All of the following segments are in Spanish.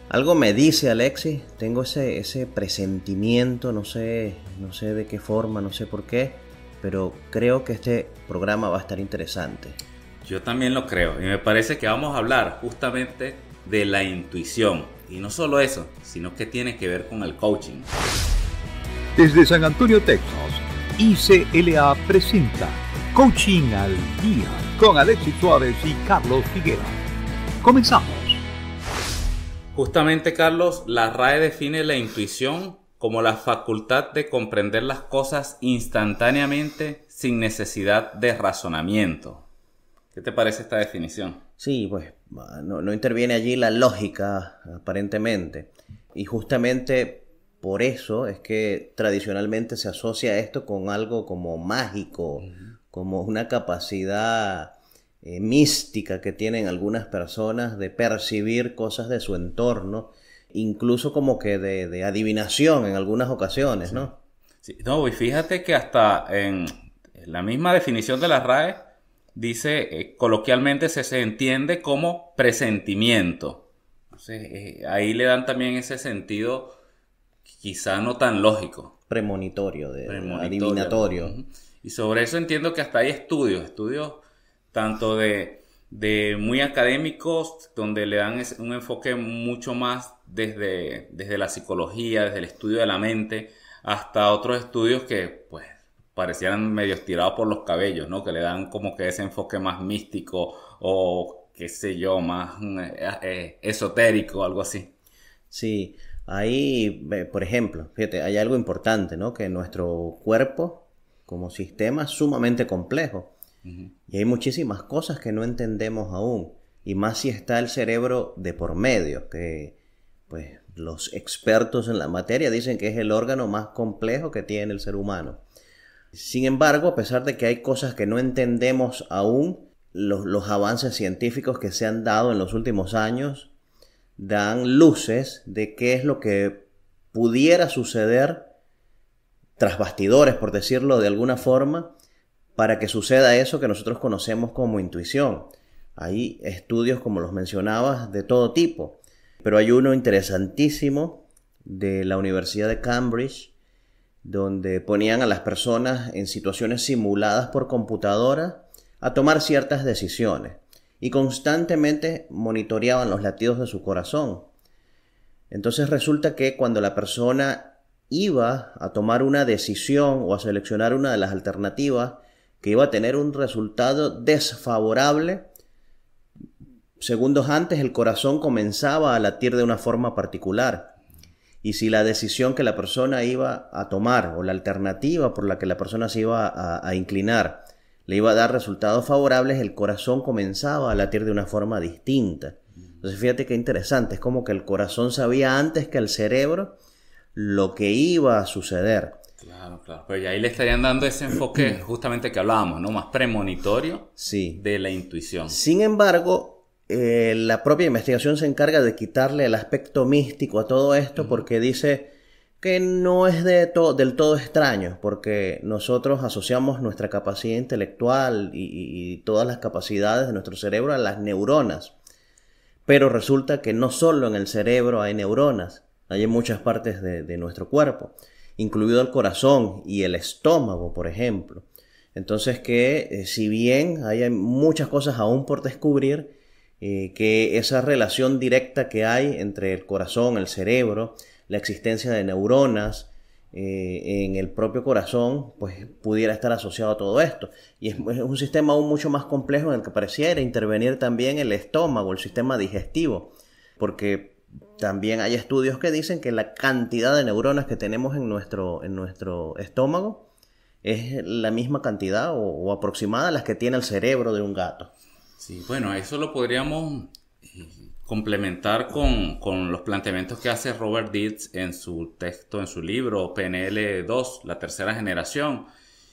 Algo me dice Alexis, tengo ese presentimiento, no sé de qué forma, no sé por qué, pero creo que este programa va a estar interesante. Yo también lo creo y me parece que vamos a hablar justamente de la intuición. Y no solo eso, sino que tiene que ver con el coaching. Desde San Antonio, Texas, ICLA presenta Coaching al Día con Alexis Suárez y Carlos Figuera. Comenzamos. Justamente, Carlos, la RAE define la intuición como la facultad de comprender las cosas instantáneamente sin necesidad de razonamiento. ¿Qué te parece esta definición? Sí, pues no interviene allí la lógica, aparentemente. Y justamente por eso es que tradicionalmente se asocia esto con algo como mágico, como una capacidad mística que tienen algunas personas de percibir cosas de su entorno, incluso como que de adivinación en algunas ocasiones, ¿no? Sí, no, y fíjate que hasta en la misma definición de la RAE dice, coloquialmente se entiende como presentimiento. Entonces, ahí le dan también ese sentido quizá no tan lógico. Premonitorio, adivinatorio. Uh-huh. Y sobre eso entiendo que hasta hay estudios tanto de muy académicos, donde le dan un enfoque mucho más desde la psicología, desde el estudio de la mente, hasta otros estudios que pues parecieran medio tirados por los cabellos, ¿no? Que le dan como que ese enfoque más místico o qué sé yo, más esotérico, algo así. Sí, ahí, por ejemplo, fíjate, hay algo importante, ¿no? Que nuestro cuerpo como sistema es sumamente complejo. Uh-huh. Y hay muchísimas cosas que no entendemos aún. Y más si está el cerebro de por medio, que pues los expertos en la materia dicen que es el órgano más complejo que tiene el ser humano. Sin embargo, a pesar de que hay cosas que no entendemos aún, los avances científicos que se han dado en los últimos años dan luces de qué es lo que pudiera suceder tras bastidores, por decirlo de alguna forma, para que suceda eso que nosotros conocemos como intuición. Hay estudios, como los mencionabas, de todo tipo, pero hay uno interesantísimo de la Universidad de Cambridge, donde ponían a las personas en situaciones simuladas por computadora a tomar ciertas decisiones y constantemente monitoreaban los latidos de su corazón. Entonces resulta que cuando la persona iba a tomar una decisión o a seleccionar una de las alternativas que iba a tener un resultado desfavorable, segundos antes el corazón comenzaba a latir de una forma particular. Y si la decisión que la persona iba a tomar o la alternativa por la que la persona se iba a inclinar le iba a dar resultados favorables, el corazón comenzaba a latir de una forma distinta. Entonces fíjate qué interesante, es como que el corazón sabía antes que el cerebro lo que iba a suceder. Claro. Pero ya ahí le estarían dando ese enfoque justamente que hablábamos, ¿no? Más premonitorio, sí, de la intuición. Sin embargo, la propia investigación se encarga de quitarle el aspecto místico a todo esto, porque dice que no es del todo extraño, porque nosotros asociamos nuestra capacidad intelectual y todas las capacidades de nuestro cerebro a las neuronas. Pero resulta que no solo en el cerebro hay neuronas, hay en muchas partes de nuestro cuerpo, incluido el corazón y el estómago, por ejemplo. Entonces que si bien hay muchas cosas aún por descubrir, que esa relación directa que hay entre el corazón, el cerebro, la existencia de neuronas en el propio corazón, pues pudiera estar asociado a todo esto. Y es un sistema aún mucho más complejo en el que pareciera intervenir también el estómago, el sistema digestivo, porque también hay estudios que dicen que la cantidad de neuronas que tenemos en nuestro estómago es la misma cantidad o aproximada a las que tiene el cerebro de un gato. Sí, bueno, eso lo podríamos complementar con los planteamientos que hace Robert Dietz en su texto, en su libro PNL 2, la tercera generación,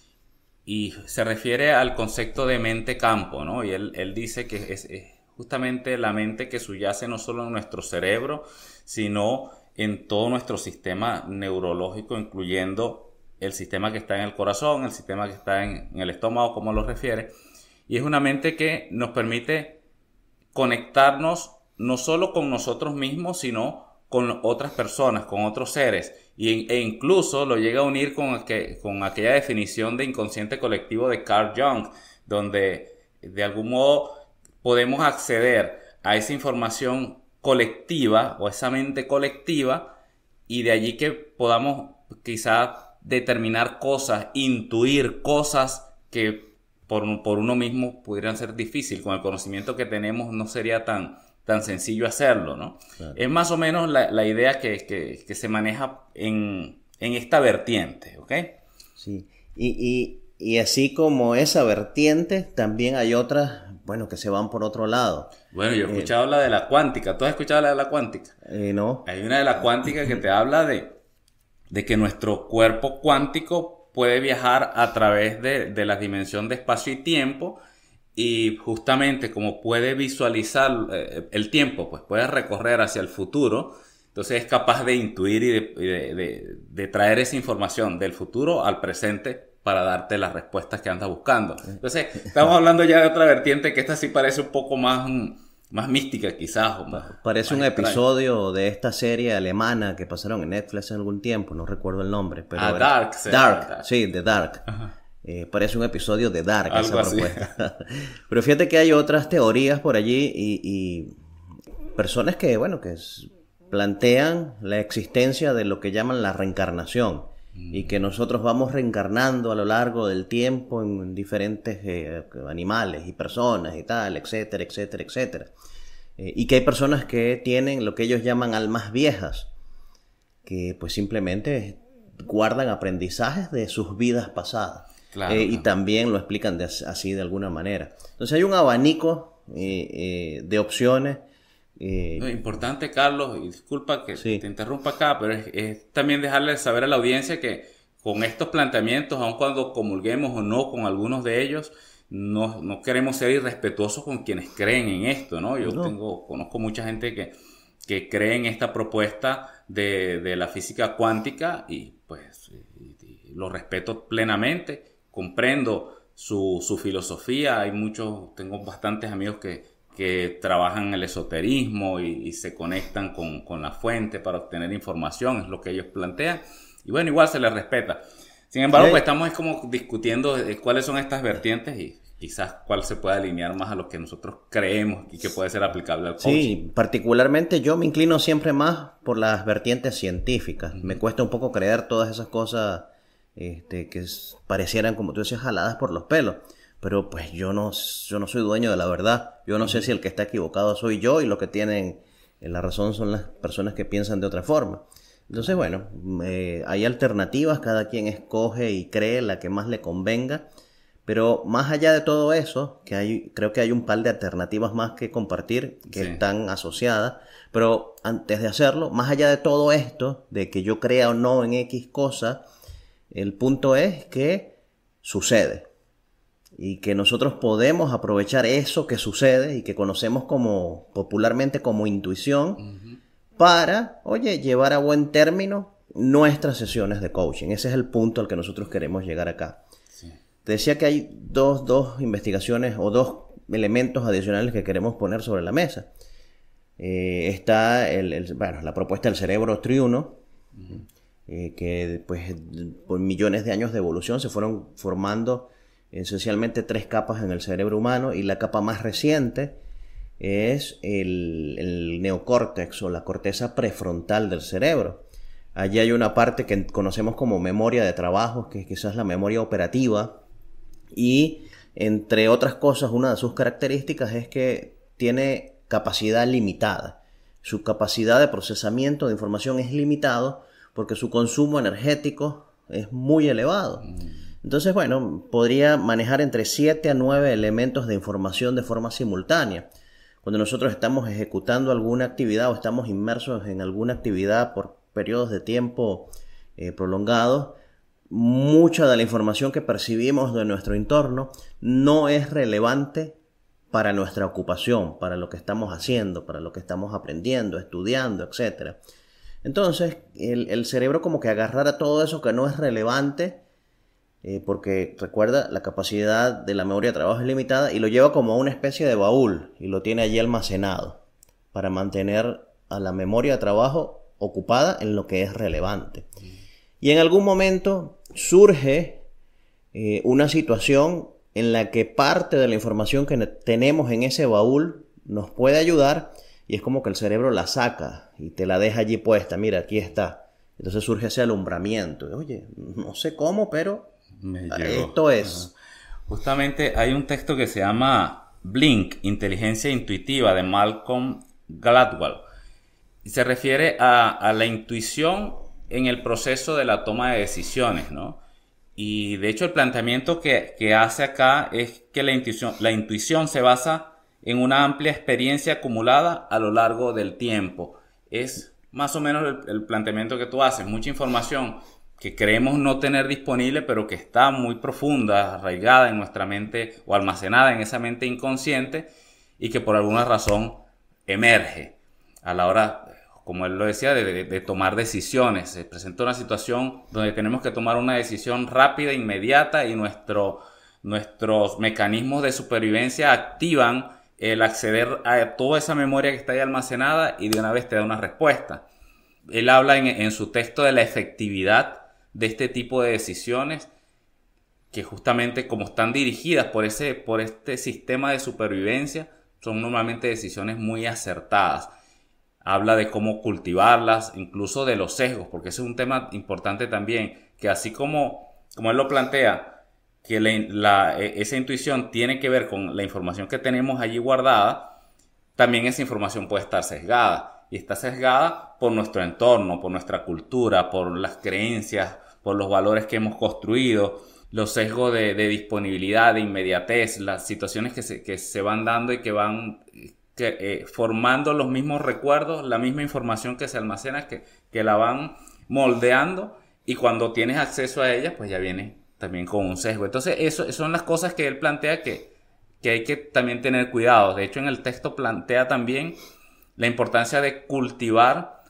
y se refiere al concepto de mente-campo, ¿no? Y él dice que es justamente la mente que subyace no solo en nuestro cerebro, sino en todo nuestro sistema neurológico, incluyendo el sistema que está en el corazón, el sistema que está en el estómago, como lo refiere. Y es una mente que nos permite conectarnos no solo con nosotros mismos, sino con otras personas, con otros seres, e incluso lo llega a unir con aquella definición de inconsciente colectivo de Carl Jung, donde de algún modo podemos acceder a esa información colectiva o esa mente colectiva, y de allí que podamos quizá determinar cosas, intuir cosas que por uno mismo pudieran ser difíciles. Con el conocimiento que tenemos no sería tan sencillo hacerlo, ¿no? Claro. Es más o menos la idea que se maneja en esta vertiente, ¿ok? Sí, y así como esa vertiente, también hay otras, bueno, que se van por otro lado. Bueno, yo he escuchado la de la cuántica. ¿Tú has escuchado la de la cuántica? No. Hay una de la cuántica que te habla de que nuestro cuerpo cuántico puede viajar a través de la dimensión de espacio y tiempo, y justamente como puede visualizar el tiempo, pues puede recorrer hacia el futuro, entonces es capaz de intuir y de traer esa información del futuro al presente para darte las respuestas que andas buscando. Entonces estamos hablando ya de otra vertiente, que esta sí parece un poco más mística quizás. Parece un episodio de esta serie alemana que pasaron en Netflix hace algún tiempo, no recuerdo el nombre. Pero Dark. Dark, sí, The Dark. Ajá. Parece un episodio de Dark, algo esa así. propuesta. Pero fíjate que hay otras teorías por allí y personas que, bueno, que plantean la existencia de lo que llaman la reencarnación, y que nosotros vamos reencarnando a lo largo del tiempo en diferentes animales y personas y tal, etcétera, etcétera, etcétera. Y que hay personas que tienen lo que ellos llaman almas viejas, que pues simplemente guardan aprendizajes de sus vidas pasadas. Claro, y también lo explican así de alguna manera. Entonces hay un abanico de opciones. Lo importante, Carlos, y disculpa que sí. te interrumpa acá, pero es también dejarle saber a la audiencia que con estos planteamientos, aun cuando comulguemos o no con algunos de ellos, no queremos ser irrespetuosos con quienes creen en esto, ¿no? Yo conozco mucha gente que cree en esta propuesta de la física cuántica, y pues lo respeto plenamente. Comprendo su filosofía. Tengo bastantes amigos que trabajan en el esoterismo y se conectan con la fuente para obtener información, es lo que ellos plantean, y bueno, igual se les respeta. Sin embargo, pues estamos como discutiendo cuáles son estas vertientes y quizás cuál se puede alinear más a lo que nosotros creemos y que puede ser aplicable al coaching. Sí, particularmente yo me inclino siempre más por las vertientes científicas. Me cuesta un poco creer todas esas cosas que parecieran, como tú decías, jaladas por los pelos. Pero pues yo no soy dueño de la verdad. Yo no sé si el que está equivocado soy yo, y los que tienen la razón son las personas que piensan de otra forma. Entonces, bueno, hay alternativas, cada quien escoge y cree la que más le convenga. Pero más allá de todo eso, creo que hay un par de alternativas más que compartir que están asociadas. Pero antes de hacerlo, más allá de todo esto, de que yo crea o no en X cosa, el punto es que sucede. Y que nosotros podemos aprovechar eso que sucede y que conocemos popularmente como intuición, para, llevar a buen término nuestras sesiones de coaching. Ese es el punto al que nosotros queremos llegar acá. Sí. Te decía que hay dos investigaciones o dos elementos adicionales que queremos poner sobre la mesa. Está la propuesta del cerebro triuno, que pues por millones de años de evolución se fueron formando esencialmente 3 capas en el cerebro humano, y la capa más reciente es el neocórtex o la corteza prefrontal del cerebro. Allí hay una parte que conocemos como memoria de trabajo, que es quizás la memoria operativa, y entre otras cosas, una de sus características es que tiene capacidad limitada. Su capacidad de procesamiento de información es limitado porque su consumo energético es muy elevado. Entonces, bueno, podría manejar entre 7 a 9 elementos de información de forma simultánea. Cuando nosotros estamos ejecutando alguna actividad o estamos inmersos en alguna actividad por periodos de tiempo prolongados, mucha de la información que percibimos de nuestro entorno no es relevante para nuestra ocupación, para lo que estamos haciendo, para lo que estamos aprendiendo, estudiando, etc. Entonces, el cerebro como que agarrara todo eso que no es relevante, porque recuerda, la capacidad de la memoria de trabajo es limitada, y lo lleva como a una especie de baúl y lo tiene allí almacenado. para mantener a la memoria de trabajo ocupada en lo que es relevante. Y en algún momento surge una situación en la que parte de la información que tenemos en ese baúl nos puede ayudar, y es como que el cerebro la saca y te la deja allí puesta. Mira, aquí está. Entonces surge ese alumbramiento. Oye, no sé cómo, pero esto es. Justamente hay un texto que se llama Blink, Inteligencia Intuitiva, de Malcolm Gladwell. Y se refiere a la intuición en el proceso de la toma de decisiones, ¿no? Y de hecho el planteamiento que hace acá es que la intuición se basa en una amplia experiencia acumulada a lo largo del tiempo. Es más o menos el planteamiento que tú haces. Mucha información que creemos no tener disponible, pero que está muy profunda, arraigada en nuestra mente o almacenada en esa mente inconsciente, y que por alguna razón emerge a la hora, como él lo decía, de tomar decisiones. Se presenta una situación donde tenemos que tomar una decisión rápida, inmediata, y nuestros mecanismos de supervivencia activan el acceder a toda esa memoria que está ahí almacenada y de una vez te da una respuesta. Él habla en su texto de la efectividad de este tipo de decisiones, que justamente como están dirigidas por este sistema de supervivencia, son normalmente decisiones muy acertadas. Habla de cómo cultivarlas, incluso de los sesgos, porque ese es un tema importante también, que así como él lo plantea, que esa intuición tiene que ver con la información que tenemos allí guardada, también esa información puede estar sesgada, y está sesgada por nuestro entorno, por nuestra cultura, por las creencias, por los valores que hemos construido, los sesgos de disponibilidad, de inmediatez, las situaciones que se van dando y que van formando los mismos recuerdos, la misma información que se almacena, que la van moldeando, y cuando tienes acceso a ella, pues ya viene también con un sesgo. Entonces, eso son las cosas que él plantea que hay que también tener cuidado. De hecho, en el texto plantea también la importancia de cultivar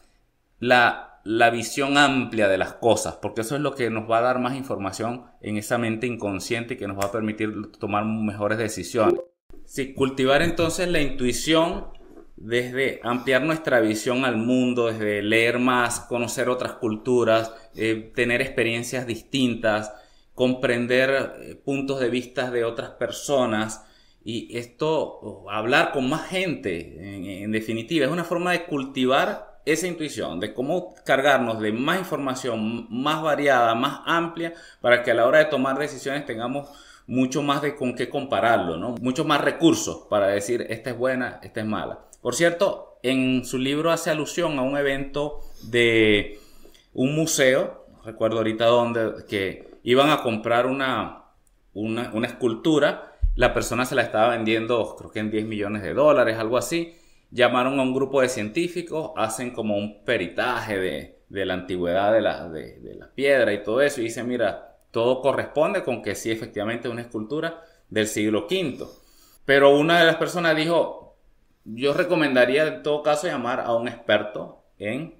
la visión amplia de las cosas, porque eso es lo que nos va a dar más información en esa mente inconsciente y que nos va a permitir tomar mejores decisiones. Sí, cultivar entonces la intuición desde ampliar nuestra visión al mundo, desde leer más, conocer otras culturas, tener experiencias distintas, comprender puntos de vista de otras personas, y esto, hablar con más gente, en definitiva, es una forma de cultivar esa intuición, de cómo cargarnos de más información, más variada, más amplia, para que a la hora de tomar decisiones tengamos mucho más de con qué compararlo, ¿no? Muchos más recursos para decir esta es buena, esta es mala. Por cierto, en su libro hace alusión a un evento de un museo, no recuerdo ahorita dónde, que iban a comprar una escultura. La persona se la estaba vendiendo, creo que en $10 millones, algo así. Llamaron a un grupo de científicos, hacen como un peritaje de la antigüedad de la piedra y todo eso, y dicen, mira, todo corresponde con que sí, efectivamente es una escultura del siglo V. Pero una de las personas dijo, yo recomendaría en todo caso llamar a un experto en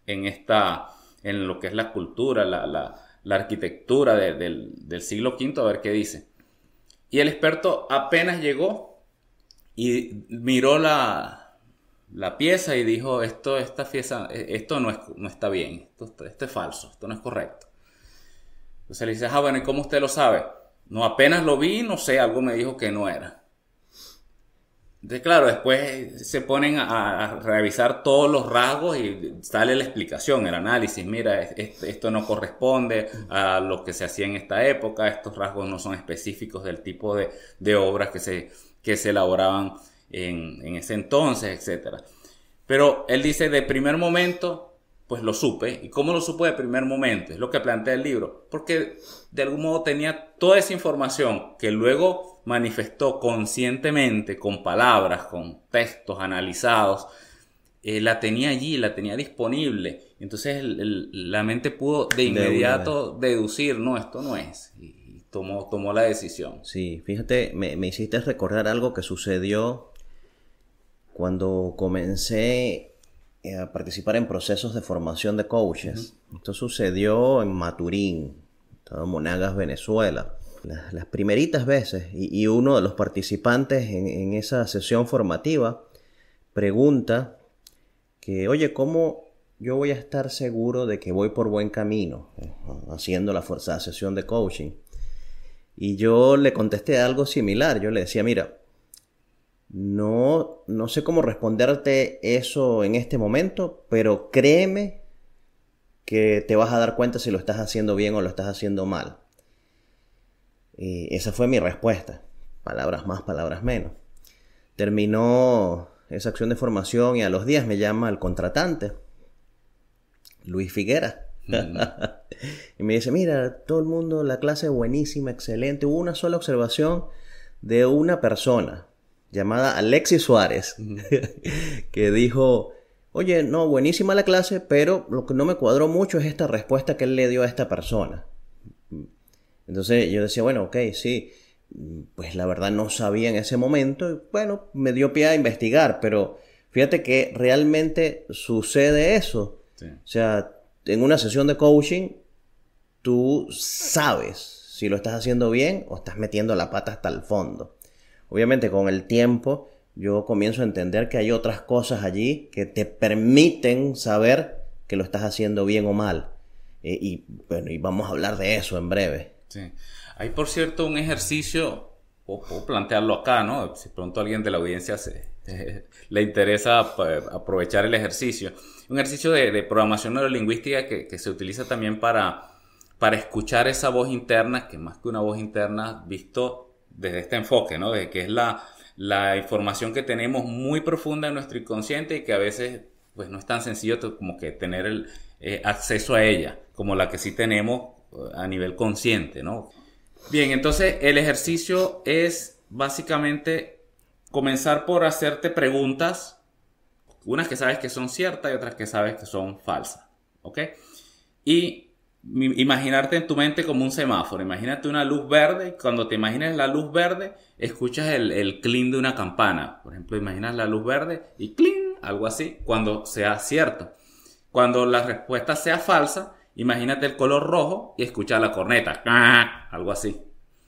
lo que es la cultura, la arquitectura del siglo V, a ver qué dice. Y el experto apenas llegó y miró la pieza y dijo, esta pieza, esto no está bien, esto es falso, esto no es correcto. Entonces le dice, bueno, ¿y cómo usted lo sabe? No, apenas lo vi, no sé, algo me dijo que no era. Entonces, claro, después se ponen a revisar todos los rasgos y sale la explicación, el análisis. Mira, esto no corresponde a lo que se hacía en esta época, estos rasgos no son específicos del tipo de obras que se elaboraban en ese entonces, etc. Pero él dice, de primer momento, pues lo supe. ¿Y cómo lo supo de primer momento? Es lo que plantea el libro. Porque de algún modo tenía toda esa información que luego manifestó conscientemente, con palabras, con textos analizados, la tenía allí, la tenía disponible. Entonces la mente pudo de inmediato deducir, no, esto no es. Y tomó la decisión. Sí, fíjate, me hiciste recordar algo que sucedió cuando comencé a participar en procesos de formación de coaches. Esto sucedió en Maturín, estado en Monagas, Venezuela. Las primeritas veces, y uno de los participantes en esa sesión formativa pregunta que, oye, ¿cómo yo voy a estar seguro de que voy por buen camino haciendo la sesión de coaching? Y yo le contesté algo similar. Yo le decía, mira, no sé cómo responderte eso en este momento, pero créeme que te vas a dar cuenta si lo estás haciendo bien o lo estás haciendo mal. Y esa fue mi respuesta. Palabras más, palabras menos. Terminó esa acción de formación y a los días me llama el contratante, Luis Figuera. Y me dice, mira, todo el mundo, la clase buenísima, excelente. Hubo una sola observación de una persona llamada Alexis Suárez, que dijo, oye, no, buenísima la clase, pero lo que no me cuadró mucho es esta respuesta que él le dio a esta persona. Entonces yo decía, bueno, ok, sí, pues la verdad no sabía en ese momento, y bueno, me dio pie a investigar, pero fíjate que realmente sucede eso. Sí. O sea, en una sesión de coaching, tú sabes si lo estás haciendo bien o estás metiendo la pata hasta el fondo. Obviamente con el tiempo yo comienzo a entender que hay otras cosas allí que te permiten saber que lo estás haciendo bien o mal. Y bueno, y vamos a hablar de eso en breve. Sí. Hay, por cierto, un ejercicio, o plantearlo acá, ¿no? Si pronto a alguien de la audiencia le interesa aprovechar el ejercicio. Un ejercicio de programación neurolingüística que se utiliza también para escuchar esa voz interna, que más que una voz interna, visto desde este enfoque, ¿no? De que es la información que tenemos muy profunda en nuestro inconsciente y que a veces pues no es tan sencillo como que tener el acceso a ella, como la que sí tenemos a nivel consciente, ¿no? Bien, entonces el ejercicio es básicamente comenzar por hacerte preguntas, unas que sabes que son ciertas y otras que sabes que son falsas, ¿ok? Y imaginarte en tu mente como un semáforo. Imagínate una luz verde y cuando te imagines la luz verde, escuchas el clink de una campana. Por ejemplo, imaginas la luz verde y clink, algo así, cuando sea cierto. Cuando la respuesta sea falsa, imagínate el color rojo y escucha la corneta, algo así.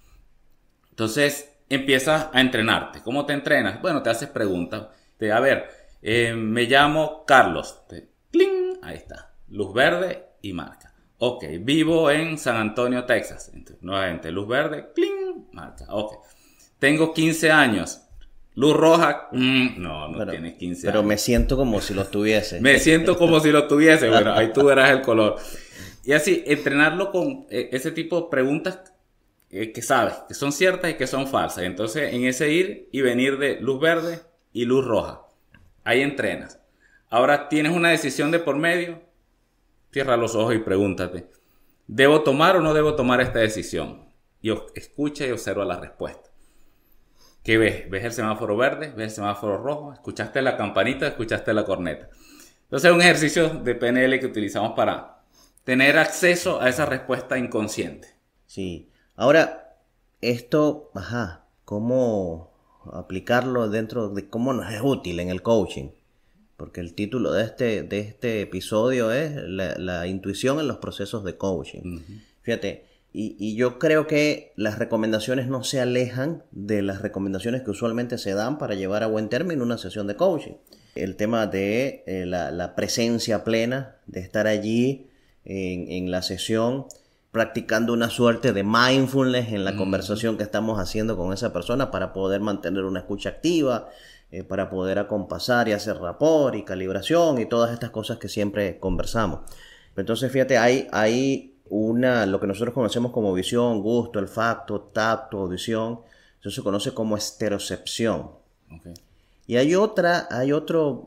Entonces empiezas a entrenarte. ¿Cómo te entrenas? Bueno, te haces preguntas. A ver, me llamo Carlos. ¡Cling! Ahí está. Luz verde y marca. Ok, vivo en San Antonio, Texas. Entonces, nuevamente, luz verde, ¡cling! Marca. Ok. Tengo 15 años. Luz roja, no pero, tienes 15 años. Pero me siento como si lo tuviese. Me siento como si lo tuviese. Bueno, ahí tú verás el color. Y así, entrenarlo con ese tipo de preguntas que sabes, que son ciertas y que son falsas. Entonces, en ese ir y venir de luz verde y luz roja. Ahí entrenas. Ahora tienes una decisión de por medio. Cierra los ojos y pregúntate, ¿debo tomar o no debo tomar esta decisión? Y escucha y observa la respuesta. ¿Qué ves? ¿Ves el semáforo verde? ¿Ves el semáforo rojo? ¿Escuchaste la campanita? ¿Escuchaste la corneta? Entonces es un ejercicio de PNL que utilizamos para tener acceso a esa respuesta inconsciente. Sí. Ahora, esto, ¿cómo aplicarlo dentro de cómo nos es útil en el coaching? Porque el título de este episodio es la intuición en los procesos de coaching. Uh-huh. Fíjate, y yo creo que las recomendaciones no se alejan de las recomendaciones que usualmente se dan para llevar a buen término una sesión de coaching. El tema de la presencia plena, de estar allí en la sesión, practicando una suerte de mindfulness en la conversación que estamos haciendo con esa persona para poder mantener una escucha activa, para poder acompasar y hacer rapport y calibración y todas estas cosas que siempre conversamos. Entonces, fíjate, hay lo que nosotros conocemos como visión, gusto, olfato, tacto, audición. Eso se conoce como estereocepción. Okay. Y hay otro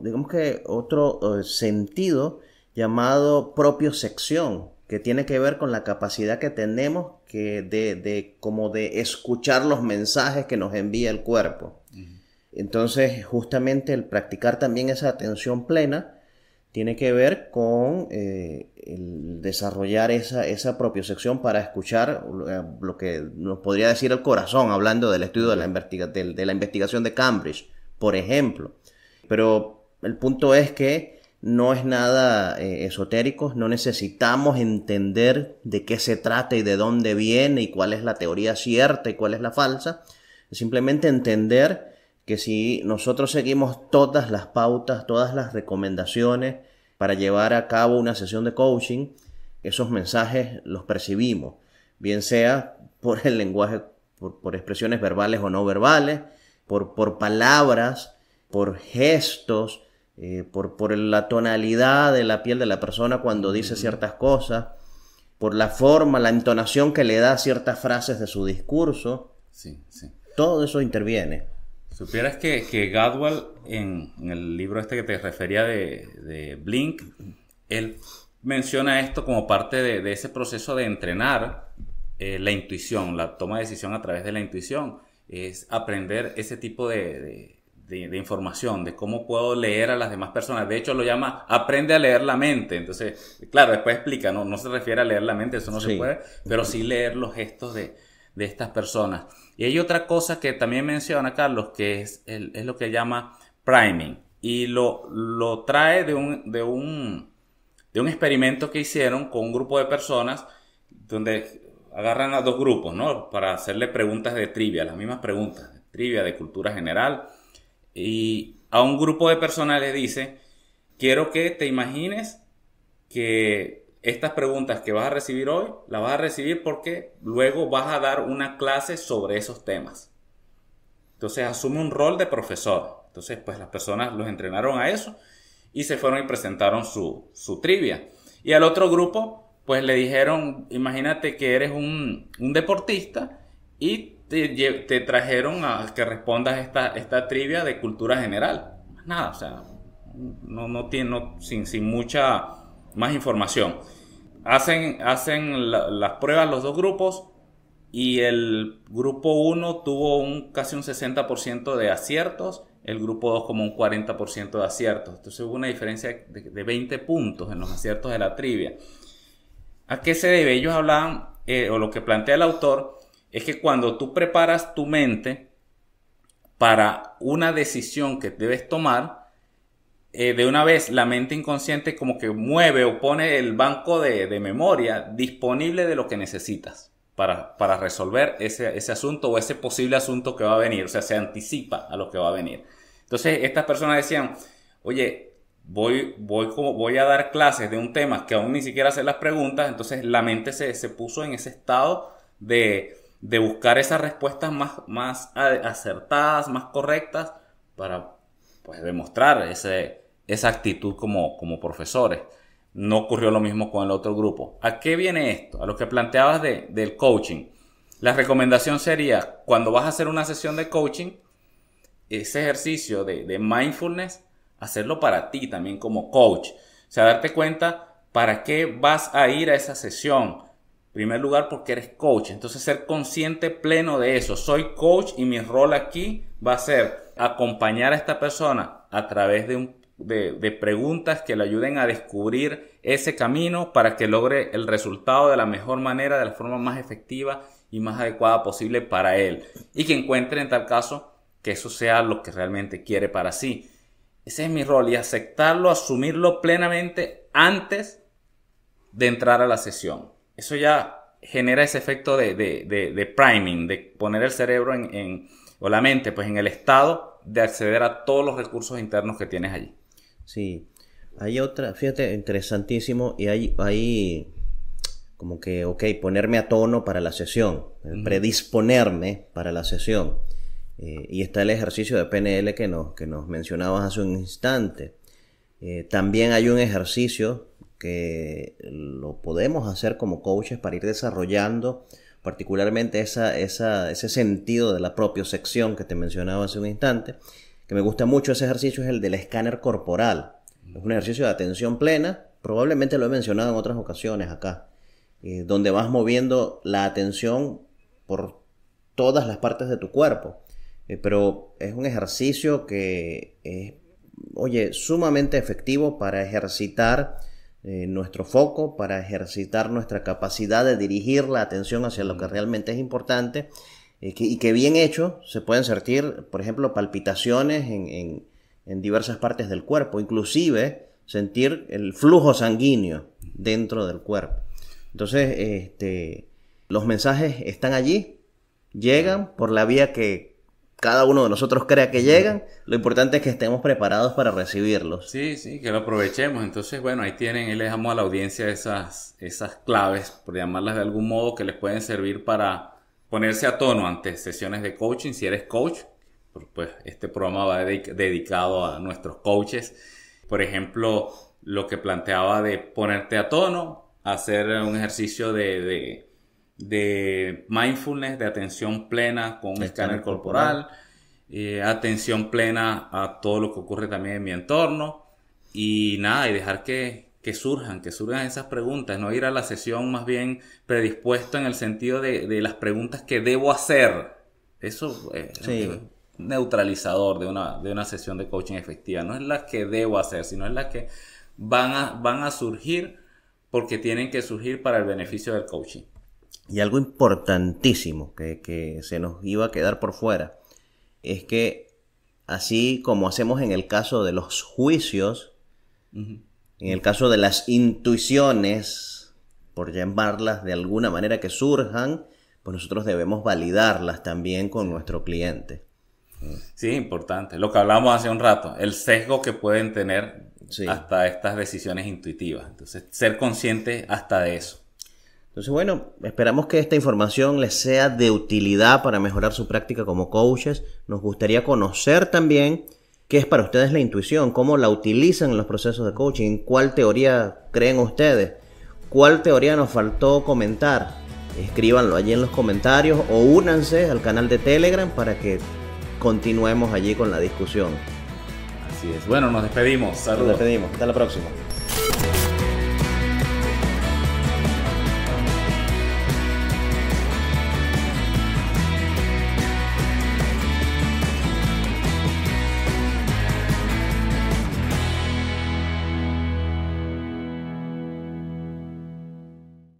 sentido llamado propiocepción, que tiene que ver con la capacidad que tenemos como de escuchar los mensajes que nos envía el cuerpo. Uh-huh. Entonces, justamente el practicar también esa atención plena tiene que ver con el desarrollar esa propiocepción para escuchar lo que nos podría decir el corazón, hablando del estudio de la investigación de Cambridge, por ejemplo. Pero el punto es que no es nada esotérico, no necesitamos entender de qué se trata y de dónde viene y cuál es la teoría cierta y cuál es la falsa. Es simplemente entender que si nosotros seguimos todas las pautas, todas las recomendaciones para llevar a cabo una sesión de coaching, esos mensajes los percibimos, bien sea por el lenguaje, por expresiones verbales o no verbales, por palabras, por gestos, por la tonalidad de la piel de la persona cuando dice ciertas cosas, por la forma, la entonación que le da a ciertas frases de su discurso. Sí, sí. Todo eso interviene. Supieras que Gladwell, en el libro este que te refería de Blink, él menciona esto como parte de ese proceso de entrenar la intuición, la toma de decisión a través de la intuición. Es aprender ese tipo de información, de cómo puedo leer a las demás personas. De hecho, lo llama aprende a leer la mente. Entonces, claro, después explica, no se refiere a leer la mente, eso no se puede, pero sí leer los gestos de estas personas. Y hay otra cosa que también menciona Carlos, que es lo que llama priming, y lo trae de un experimento que hicieron con un grupo de personas, donde agarran a dos grupos, ¿no? Para hacerle preguntas de trivia, las mismas preguntas de trivia de cultura general, y a un grupo de personas le dice: quiero que te imagines que estas preguntas que vas a recibir hoy, las vas a recibir porque luego vas a dar una clase sobre esos temas. Entonces asume un rol de profesor. Entonces pues las personas los entrenaron a eso y se fueron y presentaron su trivia. Y al otro grupo pues le dijeron: imagínate que eres un deportista y te trajeron a que respondas esta trivia de cultura general. Nada, o sea, sin mucha más información. Hacen las pruebas los dos grupos y el grupo 1 tuvo casi un 60% de aciertos, el grupo 2 como un 40% de aciertos. Entonces hubo una diferencia de 20 puntos en los aciertos de la trivia. ¿A qué se debe? Ellos hablaban, o lo que plantea el autor, es que cuando tú preparas tu mente para una decisión que debes tomar, de una vez la mente inconsciente como que mueve o pone el banco de memoria disponible de lo que necesitas para resolver ese asunto o ese posible asunto que va a venir. O sea, se anticipa a lo que va a venir. Entonces estas personas decían: oye, voy a dar clases de un tema que aún ni siquiera sé las preguntas. Entonces la mente se puso en ese estado de buscar esas respuestas más acertadas, más correctas, para pues demostrar esa actitud como profesores. No ocurrió lo mismo con el otro grupo. ¿A qué viene esto? A lo que planteabas del coaching. La recomendación sería, cuando vas a hacer una sesión de coaching, ese ejercicio de mindfulness, hacerlo para ti también como coach. O sea, darte cuenta para qué vas a ir a esa sesión. En primer lugar, porque eres coach. Entonces, ser consciente pleno de eso. Soy coach y mi rol aquí va a ser acompañar a esta persona a través de preguntas que le ayuden a descubrir ese camino para que logre el resultado de la mejor manera, de la forma más efectiva y más adecuada posible para él. Y que encuentre en tal caso que eso sea lo que realmente quiere para sí. Ese es mi rol, y aceptarlo, asumirlo plenamente antes de entrar a la sesión. Eso ya genera ese efecto de priming, de poner el cerebro o la mente pues en el estado de acceder a todos los recursos internos que tienes allí. Sí, hay otra, fíjate, interesantísimo, y hay como que, ponerme a tono para la sesión, predisponerme para la sesión. Y está el ejercicio de PNL que nos mencionabas hace un instante. También hay un ejercicio que lo podemos hacer como coaches para ir desarrollando particularmente ese sentido de la propiocepción que te mencionaba hace un instante, que me gusta mucho. Ese ejercicio es el del escáner corporal. Es un ejercicio de atención plena, probablemente lo he mencionado en otras ocasiones acá, donde vas moviendo la atención por todas las partes de tu cuerpo, pero es un ejercicio que es, sumamente efectivo para ejercitar nuestro foco, para ejercitar nuestra capacidad de dirigir la atención hacia lo que realmente es importante, y que bien hecho se pueden sentir, por ejemplo, palpitaciones en diversas partes del cuerpo, inclusive sentir el flujo sanguíneo dentro del cuerpo. Entonces, los mensajes están allí, llegan por la vía que cada uno de nosotros crea que llegan, lo importante es que estemos preparados para recibirlos. Sí, que lo aprovechemos. Entonces, bueno, ahí tienen, ahí les dejamos a la audiencia esas claves, por llamarlas de algún modo, que les pueden servir para ponerse a tono ante sesiones de coaching. Si eres coach, pues este programa va dedicado a nuestros coaches. Por ejemplo, lo que planteaba de ponerte a tono, hacer un ejercicio de mindfulness, de atención plena con un escáner corporal, atención plena a todo lo que ocurre también en mi entorno, y nada, y dejar que surjan esas preguntas, no ir a la sesión más bien predispuesto en el sentido de las preguntas que debo hacer. Eso es neutralizador de una sesión de coaching efectiva. No es las que debo hacer, sino es las que van a surgir porque tienen que surgir para el beneficio del coaching. Y algo importantísimo que se nos iba a quedar por fuera es que, así como hacemos en el caso de los juicios, en el caso de las intuiciones, por llamarlas de alguna manera que surjan, pues nosotros debemos validarlas también con nuestro cliente. Sí, importante. Lo que hablábamos hace un rato, el sesgo que pueden tener hasta estas decisiones intuitivas. Entonces, ser consciente hasta de eso. Entonces, bueno, esperamos que esta información les sea de utilidad para mejorar su práctica como coaches. Nos gustaría conocer también qué es para ustedes la intuición, cómo la utilizan en los procesos de coaching, cuál teoría creen ustedes, cuál teoría nos faltó comentar. Escríbanlo allí en los comentarios o únanse al canal de Telegram para que continuemos allí con la discusión. Así es. Bueno, nos despedimos. Saludos. Nos despedimos. Hasta la próxima.